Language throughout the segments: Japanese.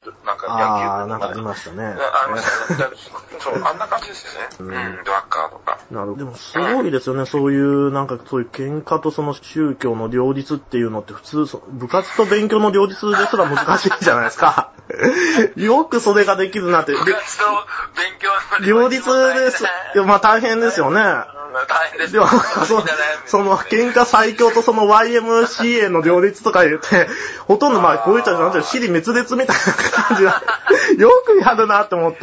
なんかなんかありましたね。 ありましたね。そう、あんな感じですよね。ドラッカーとか。 なるほど。でもすごいですよね。そういう、なんかそういう喧嘩とその宗教の両立っていうのって普通、部活と勉強の両立ですら難しいじゃないですか。よくそれができるなって。 部活と勉強の両立です。まあ大変ですよね。 大変です。 でも、その喧嘩最強とその YMCA の両立とか言って、ほとんどまあこういう人たちなんていう尻滅裂みたいな感じが、よくやるなって思って。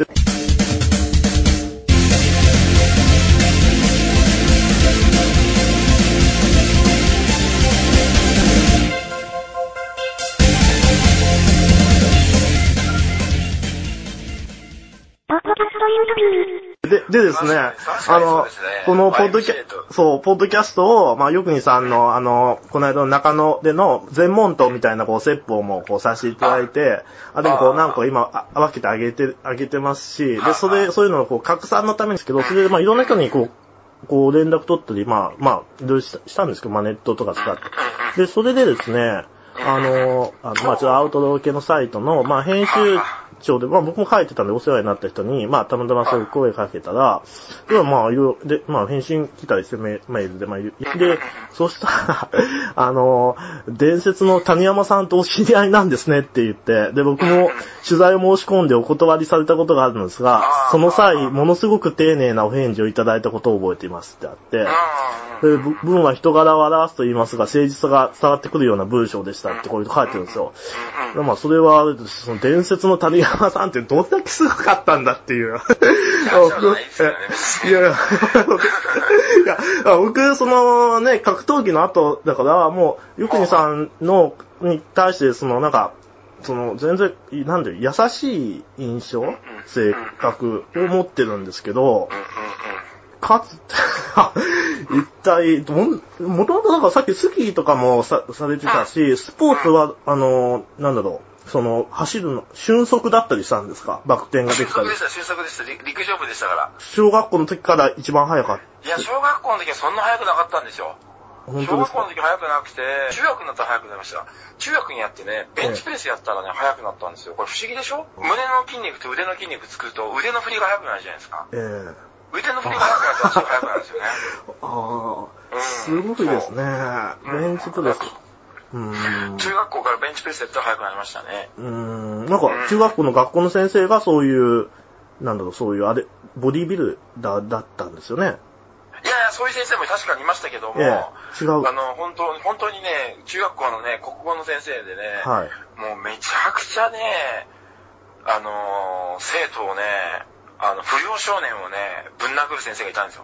でですね、このポッドキャストを、まあ、よくにさんの、この間の中野での全問答みたいな、説法も、させていただいて、でも何個今、分けてあげてますし、で、そういうのを拡散のためですけど、それで、まあ、いろんな人に連絡取ったり、まあ、いろいろしたんですけど、まあ、ネットとか使って。で、それでですね、まあ、ちょっとアウトドア系のサイトの、まあ、編集長で、まあ、僕も書いてたんでお世話になった人に、まあ、たまたまそういう声かけたら、で、まあ、で、まあ、返信来たりして、メールで、まあ、で、そしたら、伝説の谷山さんとお知り合いなんですねって言って、で、僕も取材を申し込んでお断りされたことがあるんですが、その際、ものすごく丁寧なお返事をいただいたことを覚えていますってあって、文は人柄を表すと言いますが、誠実さが伝わってくるような文章でしたってこういうの書いてるんですよ。まあ、それは、その伝説の谷山さんってどんだけすごかったんだっていう。いや、僕、そのね、格闘技の後だから、もう、ゆくにさんに対して、全然、優しい印象、性格を持ってるんですけど、かつ、一体、もともとなんかさっきスキーとかもされてたし、スポーツは、走るの、俊足だったりしたんですか？バク転ができたり。 俊足でした。陸上部でしたから。 小学校の時から一番早かった。 いや、小学校の時はそんな早くなかったんですよ。小学校の時早くなくて、中学になったら早くなりました。中学にやってね、ベンチプレスやったらね、早くなったんですよ。これ不思議でしょ？胸の筋肉と腕の筋肉作ると腕の振りが速くなるじゃないですか。腕の振りが速くなったら足が速くなるんですよね。 すごいですね。ベンチプレス。 中学校からベンチプレスやったら速くなりましたね。 なんか、中学校の学校の先生がそういう、そういうボディビルダーだったんですよね。 いや、そういう先生も確かにいましたけども、 違う。 本当にね、中学校のね、国語の先生でね、もうめちゃくちゃね、生徒をね、不良少年をね、ぶん殴る先生がいたんですよ。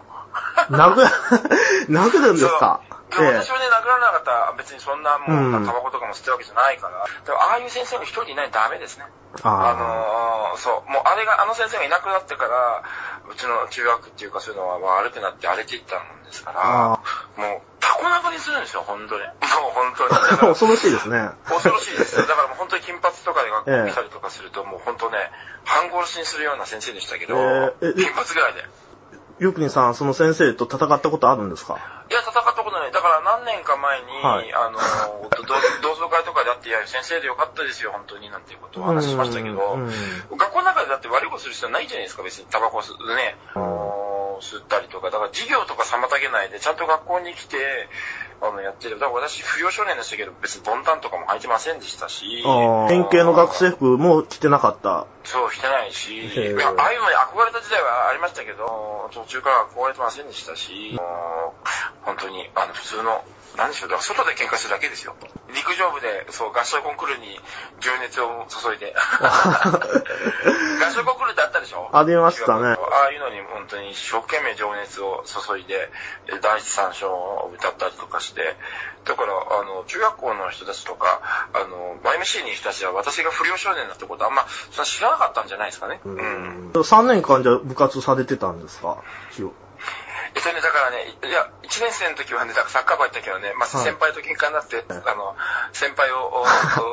殴るんですか？ 私はね、殴らなかったら別にそんなもう、タバコとかも吸ってるわけじゃないから。でもああいう先生が一人いないとダメですね。そう、もうあの先生がいなくなってから、うちの中学っていうかそういうのは悪くなって荒れていったもんですから、もう、タコ殴りするんですよ、本当に。もう本当に。 恐ろしいですね。 恐ろしいですよ。だからもう本当に金髪とかで学校に来たりとかすると、もう本当ね、半殺しにするような先生でしたけど、金髪ぐらいで。 ゆくにさん、その先生と戦ったことあるんですか？ いや、戦ったことない。だから何年か前に、同窓会とかで会って、いや、先生でよかったですよ、本当に、なんていうことを話しましたけど、学校の中でだって悪いことする必要ないじゃないですか、別にタバコ吸ったりとか。だから授業とか妨げないで、ちゃんと学校に来て、やってる。だから私、不良少年でしたけど、別にボンタンとかも履いてませんでしたし。 変形の学生服も着てなかった。 そう、着てないし。いや、ああいうのに憧れた時代はありましたけど、途中から憧れてませんでしたし、本当に、普通の、何でしょう、だから外で喧嘩するだけですよ。陸上部で、そう、合唱コンクールに情熱を注いで。合唱コンクールってあったでしょ？ ありましたね。 ああいうのに本当に一生懸命情熱を注いで、第一三章を歌ったりとかして、だから、中学校の人たちとか、YMC にいる人たちは私が不良少年だってことはあんま、そんな知らなかったんじゃないですかね。 3年間じゃ部活されてたんですか？ だからね、いや、1年生の時はね、だからサッカー部やったけどね、まあ、先輩と喧嘩になって、先輩を、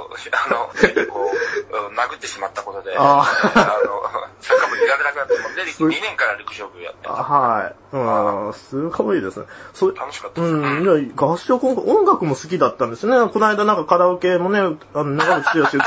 殴ってしまったことで、サッカー部にいられなくなって、で、2年から陸上部やって。 はい。すごいですね。 楽しかったですね。合唱音楽も好きだったんですね。この間なんかカラオケもね、長渕剛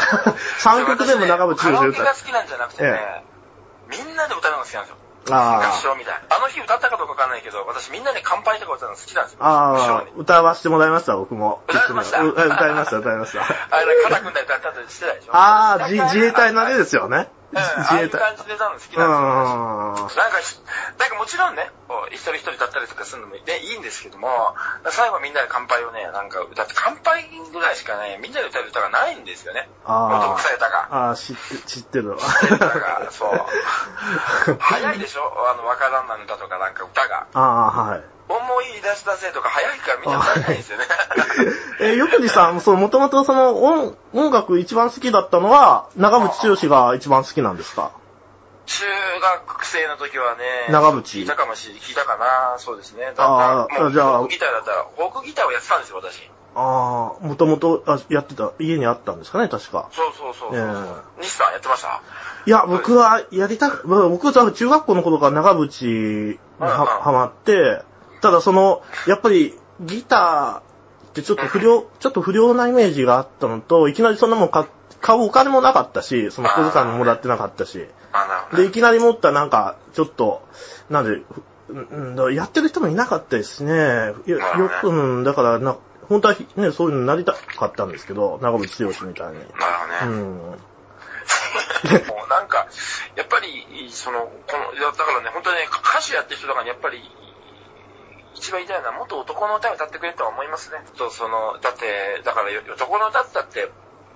3曲でも長渕剛カラオケが好きなんじゃなくてね、みんなで歌うのが好きなんですよ。合唱みたいな。あの日歌ったかどうかわかんないけど、私みんなで乾杯とか歌うの好きなんですよ。 歌わせてもらいました、僕も。 歌いました。 歌いました。 肩組んだり歌ったりしてたでしょ。 自衛隊のあれですよね。 ああいう感じで歌うの好きなんですよ。なんかもちろんね、一人一人歌ったりとかするのもいいんですけども、最後みんなで乾杯をね、なんか歌って、乾杯ぐらいしかね、みんなで歌える歌がないんですよね。男臭い歌が。 知ってるわ。 そう。早いでしょ若旦那の歌とかなんか歌が。 はい。 思い出したせとか早いからみんな歌えないんですよね。 横地さん、もともとその音楽一番好きだったのは、長渕剛が一番好きなんですか？ 中学生の時はね、 長渕。 聞いたかな、そうですね。じゃあ、フォークギターだったら、フォークギターをやってたんですよ、私。 もともとやってた、家にあったんですかね、確か。 そう。西さんやってました？ いや、僕は僕は中学校の頃から長渕にハマって、ただやっぱりギターってちょっと不良なイメージがあったのと、いきなりそんなもん買うお金もなかったし、小遣いももらってなかったし。で、いきなり持ったなんか、ちょっと、やってる人もいなかったですね。だから本当はね、そういうのになりたかったんですけど、長渕剛みたいに。 なるほどね。もうなんか、やっぱり、だからね、本当にね、歌手やってる人とかにやっぱり、一番言いたいのは、もっと男の歌を歌ってくれとは思いますね。だって、だから男の歌ってだって、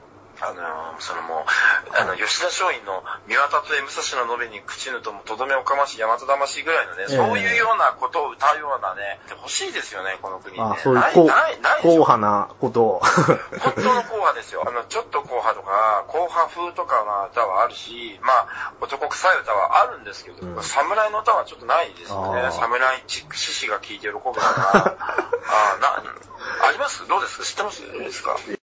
吉田松陰の三輪達武蔵の延べに口ぬともとどめをかまし大和魂ぐらいのね、そういうようなことを歌うようなね、欲しいですよね、この国にね。 そういう硬派なことを。 本当の硬派ですよ。ちょっと硬派とか、硬派風とかの歌はあるし、まあ、男臭い歌はあるんですけど、侍の歌はちょっとないですよね。侍チック獅子が聴いて喜ぶような。あります？どうですか？知ってます？どうですか？